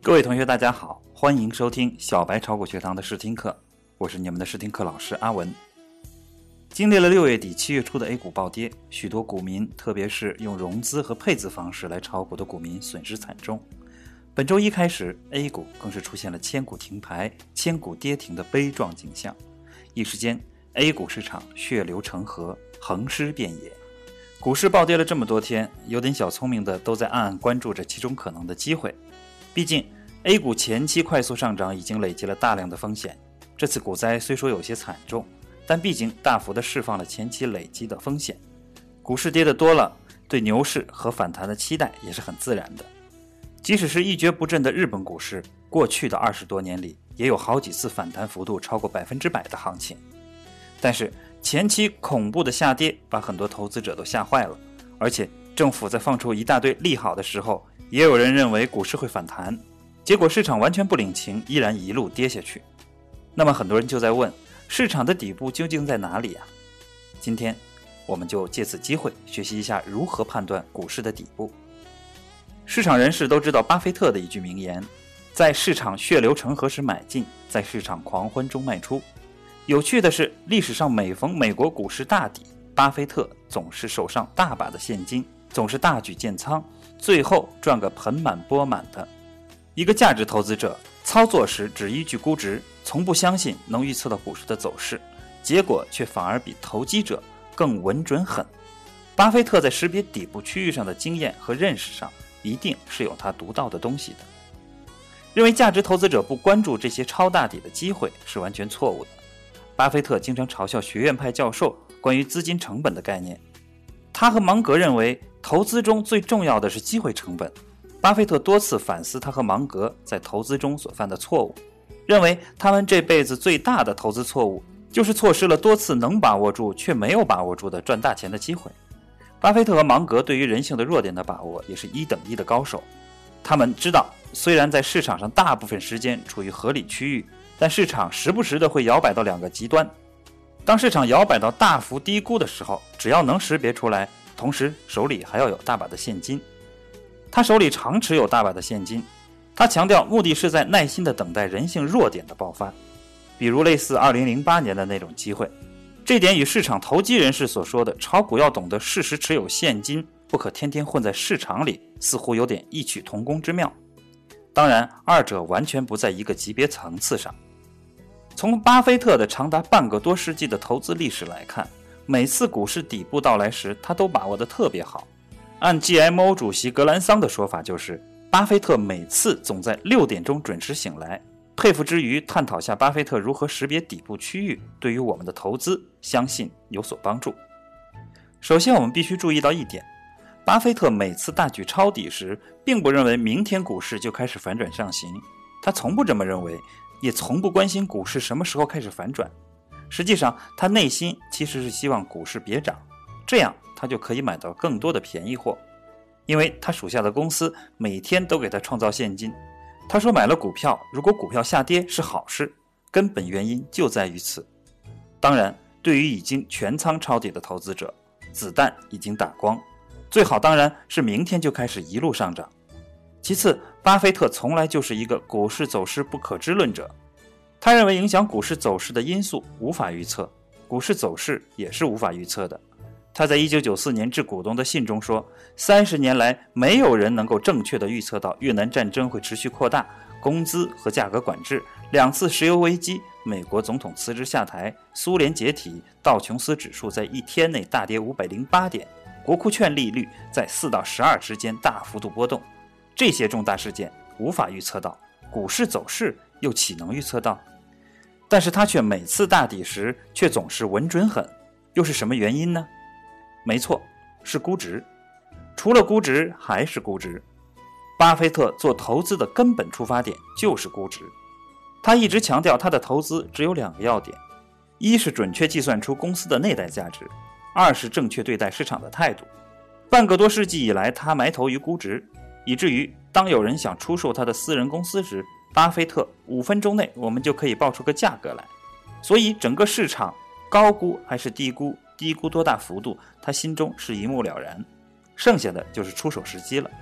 各位同学大家好，欢迎收听小白炒股学堂的试听课，我是你们的试听课老师阿文。经历了6月底7月初的 A 股暴跌，许多股民特别是用融资和配资方式来炒股的股民损失惨重。本周一开始 A 股更是出现了千股停牌、千股跌停的悲壮景象，一时间 A 股市场血流成河，横尸遍野。股市暴跌了这么多天，有点小聪明的都在暗暗关注着其中可能的机会。毕竟 A 股前期快速上涨已经累积了大量的风险，这次股灾虽说有些惨重，但毕竟大幅的释放了前期累积的风险。股市跌得多了，对牛市和反弹的期待也是很自然的。即使是一蹶不振的日本股市，过去的20多年里也有好几次反弹幅度超过100%的行情。但是前期恐怖的下跌把很多投资者都吓坏了，而且政府在放出一大堆利好的时候，也有人认为股市会反弹，结果市场完全不领情，依然一路跌下去。那么很多人就在问，市场的底部究竟在哪里啊？今天我们就借此机会学习一下如何判断股市的底部。市场人士都知道巴菲特的一句名言，在市场血流成河时买进，在市场狂欢中卖出。有趣的是，历史上每逢美国股市大底，巴菲特总是手上大把的现金，总是大举建仓，最后赚个盆满钵满的。一个价值投资者操作时只依据估值，从不相信能预测到股市的走势，结果却反而比投机者更稳准狠。巴菲特在识别底部区域上的经验和认识上，一定是有他独到的东西的。认为价值投资者不关注这些超大底的机会是完全错误的。巴菲特经常嘲笑学院派教授关于资金成本的概念，他和芒格认为投资中最重要的是机会成本。巴菲特多次反思他和芒格在投资中所犯的错误，认为他们这辈子最大的投资错误就是错失了多次能把握住却没有把握住的赚大钱的机会。巴菲特和芒格对于人性的弱点的把握也是1等1的高手，他们知道虽然在市场上大部分时间处于合理区域，但市场时不时的会摇摆到2个极端。当市场摇摆到大幅低估的时候，只要能识别出来，同时手里还要有大把的现金。他手里常持有大把的现金，他强调目的是在耐心的等待人性弱点的爆发，比如类似2008年的那种机会。这点与市场投机人士所说的炒股要懂得适时持有现金，不可天天混在市场里，似乎有点异曲同工之妙。当然，二者完全不在一个级别层次上。从巴菲特的长达半个多世纪的投资历史来看，每次股市底部到来时，他都把握得特别好。按 GMO 主席格兰桑的说法，就是巴菲特每次总在6点钟准时醒来。佩服之余，探讨下巴菲特如何识别底部区域，对于我们的投资相信有所帮助。首先我们必须注意到一点，巴菲特每次大举抄底时，并不认为明天股市就开始反转上行，他从不这么认为，也从不关心股市什么时候开始反转。实际上他内心其实是希望股市别涨，这样他就可以买到更多的便宜货，因为他属下的公司每天都给他创造现金。他说买了股票，如果股票下跌是好事，根本原因就在于此。当然，对于已经全仓抄底的投资者，子弹已经打光，最好当然是明天就开始一路上涨。其次，巴菲特从来就是一个股市走势不可知论者，他认为影响股市走势的因素无法预测，股市走势也是无法预测的。他在1994年致股东的信中说，30年来没有人能够正确地预测到越南战争会持续扩大，工资和价格管制，2次石油危机，美国总统辞职下台，苏联解体，道琼斯指数在1天内大跌508点，国库券利率在4到12之间大幅度波动。这些重大事件无法预测到，股市走势又岂能预测到？但是他却每次大底时却总是稳准狠，又是什么原因呢？没错，是估值。除了估值还是估值。巴菲特做投资的根本出发点就是估值。他一直强调他的投资只有2个要点，一是准确计算出公司的内在价值，二是正确对待市场的态度。半个多世纪以来，他埋头于估值，以至于当有人想出售他的私人公司时，巴菲特5分钟内我们就可以报出个价格来。所以整个市场高估还是低估，低估多大幅度，他心中是一目了然，剩下的就是出手时机了。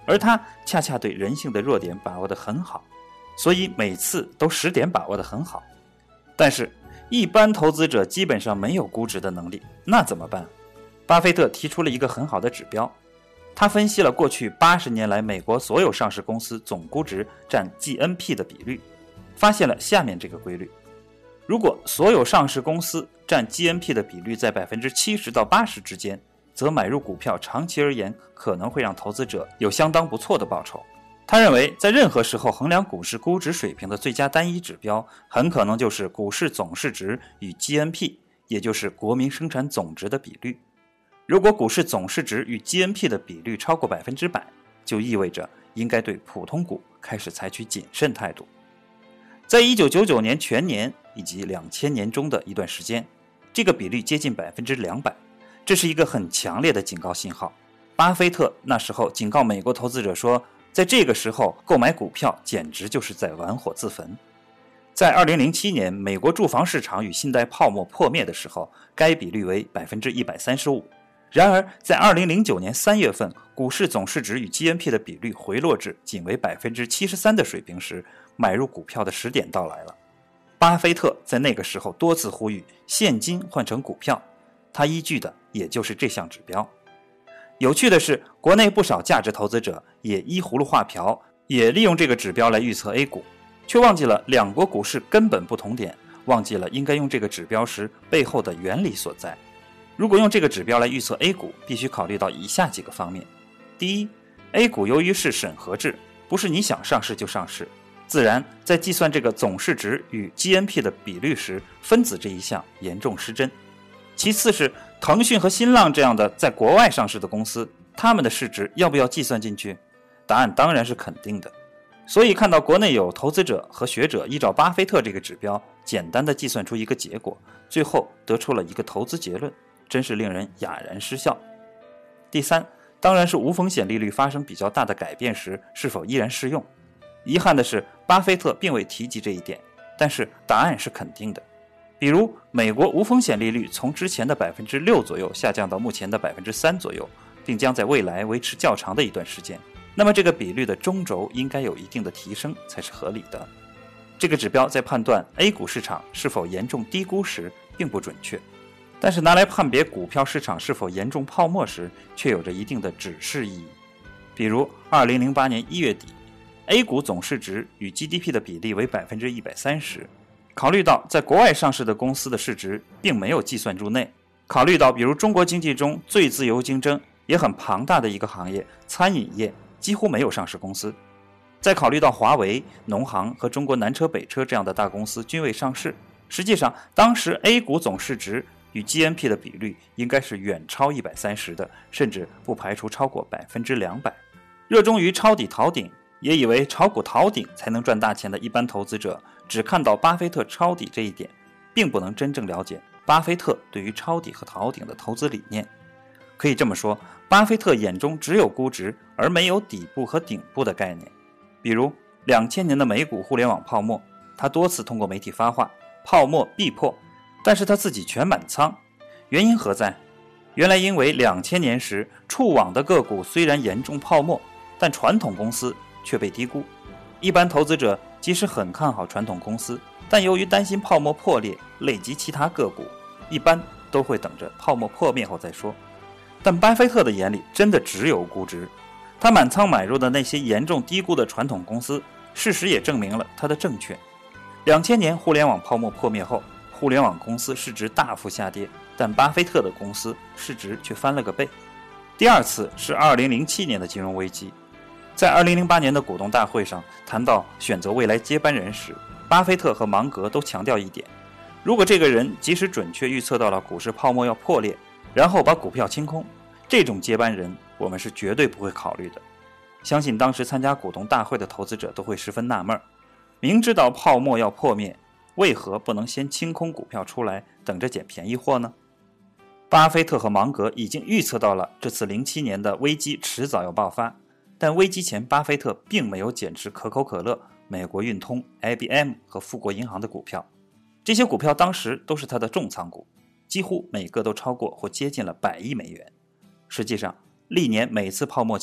而他恰恰对人性的弱点把握得很好，所以每次都10点把握得很好。但是一般投资者基本上没有估值的能力，那怎么办？巴菲特提出了一个很好的指标，他分析了过去80年来美国所有上市公司总估值占 GNP 的比率，发现了下面这个规律：如果所有上市公司占 GNP 的比率在 70%到80% 之间，则买入股票长期而言可能会让投资者有相当不错的报酬。他认为在任何时候衡量股市估值水平的最佳单一指标，很可能就是股市总市值与 GNP， 也就是国民生产总值的比率。如果股市总市值与 GNP 的比率超过 100%， 就意味着应该对普通股开始采取谨慎态度。在1999年全年以及2000年中的一段时间，这个比率接近 200%， 这是一个很强烈的警告信号。巴菲特那时候警告美国投资者说，在这个时候购买股票简直就是在玩火自焚。在2007年美国住房市场与信贷泡沫破灭的时候，该比率为 135%。然而在2009年3月份，股市总市值与 GNP 的比率回落至仅为 73% 的水平时，买入股票的10点到来了。巴菲特在那个时候多次呼吁现金换成股票，他依据的也就是这项指标。有趣的是，国内不少价值投资者也依葫芦画瓢，也利用这个指标来预测 A 股，却忘记了两国股市根本不同点，忘记了应该用这个指标时背后的原理所在。如果用这个指标来预测 A 股，必须考虑到以下几个方面。第一， A 股由于是审核制，不是你想上市就上市，自然在计算这个总市值与 GNP 的比率时，分子这一项严重失真。其次是腾讯和新浪这样的在国外上市的公司，他们的市值要不要计算进去？答案当然是肯定的。所以看到国内有投资者和学者依照巴菲特这个指标简单的计算出一个结果，最后得出了一个投资结论，真是令人哑然失笑。第三，当然是无风险利率发生比较大的改变时是否依然适用。遗憾的是，巴菲特并未提及这一点，但是答案是肯定的。比如美国无风险利率从之前的 6% 左右下降到目前的 3% 左右，并将在未来维持较长的一段时间，那么这个比率的中轴应该有一定的提升才是合理的。这个指标在判断 A 股市场是否严重低估时并不准确，但是拿来判别股票市场是否严重泡沫时却有着一定的指示意义。比如2008年1月底， A 股总市值与 GDP 的比例为 130%，考虑到在国外上市的公司的市值并没有计算入内，考虑到比如中国经济中最自由竞争也很庞大的一个行业餐饮业几乎没有上市公司，再考虑到华为、农行和中国南车北车这样的大公司均未上市，实际上当时 A 股总市值与 GNP 的比率应该是远超130的，甚至不排除超过200%。热衷于抄底逃顶，也以为炒股逃顶才能赚大钱的一般投资者，只看到巴菲特抄底这一点，并不能真正了解巴菲特对于抄底和逃顶的投资理念。可以这么说，巴菲特眼中只有估值，而没有底部和顶部的概念。比如2000年的美股互联网泡沫，他多次通过媒体发话，泡沫必破，但是他自己全满仓。原因何在？原来因为2000年时触网的个股虽然严重泡沫，但传统公司却被低估。一般投资者即使很看好传统公司，但由于担心泡沫破裂累及其他个股，一般都会等着泡沫破灭后再说。但巴菲特的眼里真的只有估值，他满仓买入的那些严重低估的传统公司，事实也证明了他的正确。2000年互联网泡沫破灭后，互联网公司市值大幅下跌，但巴菲特的公司市值却翻了个倍。第二次是2007年的金融危机。在2008年的股东大会上谈到选择未来接班人时，巴菲特和芒格都强调一点：如果这个人即使准确预测到了股市泡沫要破裂，然后把股票清空，这种接班人我们是绝对不会考虑的。相信当时参加股东大会的投资者都会十分纳闷，明知道泡沫要破灭，为何不能先清空股票出来，等着捡便宜货呢？巴菲特和芒格已经预测到了这次07年的危机迟早要爆发，但危机前巴菲特并没有减持可口可乐、美国运通、IBM 和富国银行的股票，这些股票当时都是他的重仓股，几乎每个都超过或接近了100亿美元。实际上历年每次泡沫前，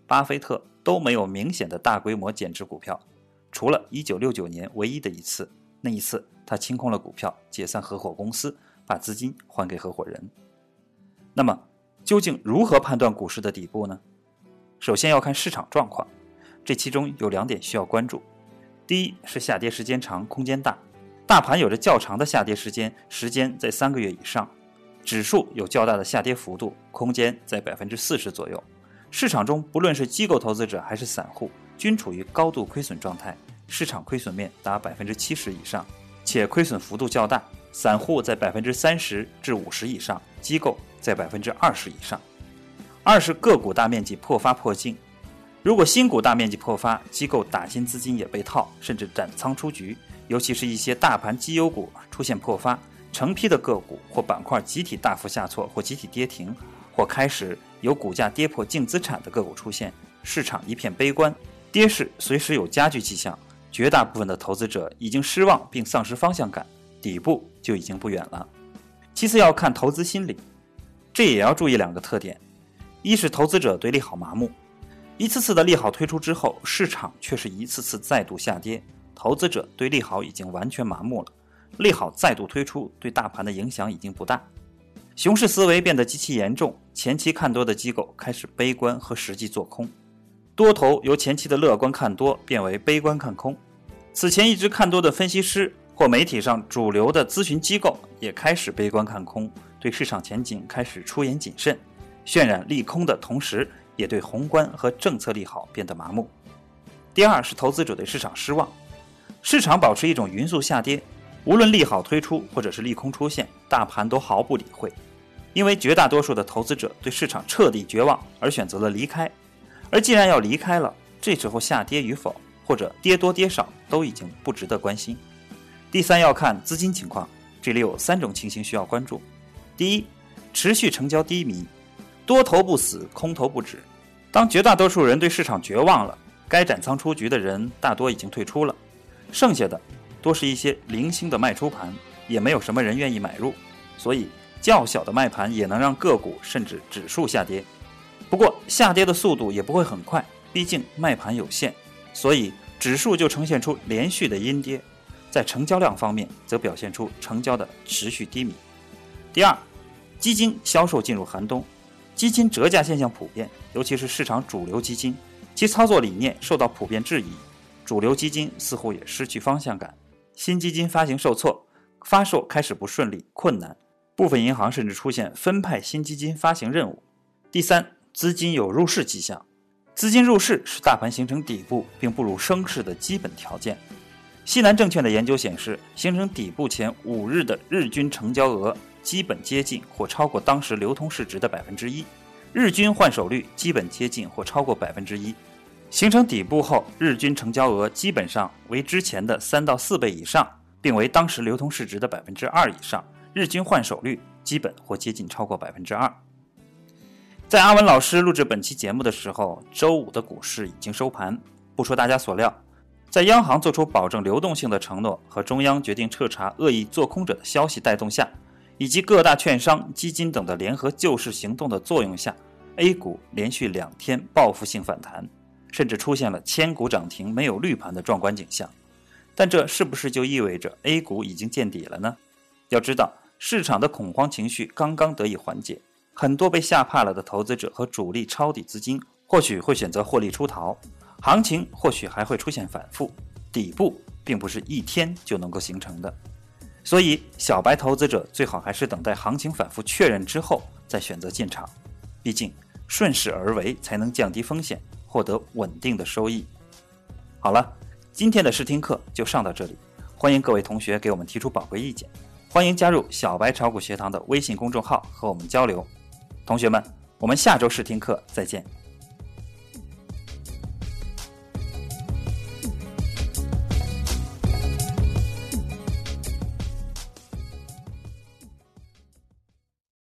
巴菲特都没有明显的大规模减持股票，除了1969年唯一的一次，那一次他清空了股票，解散合伙公司，把资金还给合伙人。那么究竟如何判断股市的底部呢？首先要看市场状况，这其中有2点需要关注。第一是下跌时间长，空间大，大盘有着较长的下跌时间在3个月以上，指数有较大的下跌幅度，空间在 40% 左右。市场中不论是机构投资者还是散户，均处于高度亏损状态，市场亏损面达 70% 以上，且亏损幅度较大，散户在 30%至50% 以上，机构在 20% 以上。二是个股大面积破发破净，如果新股大面积破发，机构打新资金也被套，甚至斩仓出局，尤其是一些大盘绩优股出现破发，成批的个股或板块集体大幅下挫或集体跌停，或开始有股价跌破净资产的个股出现，市场一片悲观，跌势随时有加剧迹象，绝大部分的投资者已经失望并丧失方向感，底部就已经不远了。其次要看投资心理，这也要注意2个特点。一是投资者对利好麻木，一次次的利好推出之后，市场却是一次次再度下跌，投资者对利好已经完全麻木了，利好再度推出对大盘的影响已经不大。熊市思维变得极其严重，前期看多的机构开始悲观和实际做空，多头由前期的乐观看多变为悲观看空，此前一直看多的分析师或媒体上主流的咨询机构也开始悲观看空，对市场前景开始出言谨慎，渲染利空的同时，也对宏观和政策利好变得麻木。第二是投资者对市场失望，市场保持一种匀速下跌，无论利好推出或者是利空出现，大盘都毫不理会，因为绝大多数的投资者对市场彻底绝望而选择了离开，而既然要离开了，这时候下跌与否或者跌多跌少都已经不值得关心。第三要看资金情况，这里有3种情形需要关注。第一，持续成交低迷，多头不死，空头不止。当绝大多数人对市场绝望了，该斩仓出局的人大多已经退出了，剩下的多是一些零星的卖出盘，也没有什么人愿意买入，所以较小的卖盘也能让个股甚至指数下跌。不过下跌的速度也不会很快，毕竟卖盘有限，所以指数就呈现出连续的阴跌，在成交量方面则表现出成交的持续低迷。第二，基金销售进入寒冬，基金折价现象普遍，尤其是市场主流基金，其操作理念受到普遍质疑，主流基金似乎也失去方向感，新基金发行受挫，发售开始不顺利困难，部分银行甚至出现分派新基金发行任务。第三，资金有入市迹象，资金入市是大盘形成底部并步入升势的基本条件。西南证券的研究显示，形成底部前5日的日均成交额基本接近或超过当时流通市值的 1%， 日均换手率基本接近或超过 1%。 形成底部后，日均成交额基本上为之前的3到4倍以上，并为当时流通市值的 2% 以上，日均换手率基本或接近超过 2%。 在阿文老师录制本期节目的时候，周5的股市已经收盘。不出大家所料，在央行做出保证流动性的承诺和中央决定彻查恶意做空者的消息带动下，以及各大券商、基金等的联合救市行动的作用下， A 股连续2天报复性反弹，甚至出现了千股涨停没有绿盘的壮观景象。但这是不是就意味着 A 股已经见底了呢？要知道，市场的恐慌情绪刚刚得以缓解，很多被吓怕了的投资者和主力抄底资金或许会选择获利出逃，行情或许还会出现反复，底部并不是1天就能够形成的。所以小白投资者最好还是等待行情反复确认之后再选择进场，毕竟顺势而为才能降低风险，获得稳定的收益。好了，今天的试听课就上到这里，欢迎各位同学给我们提出宝贵意见，欢迎加入小白炒股学堂的微信公众号和我们交流。同学们，我们下周试听课再见。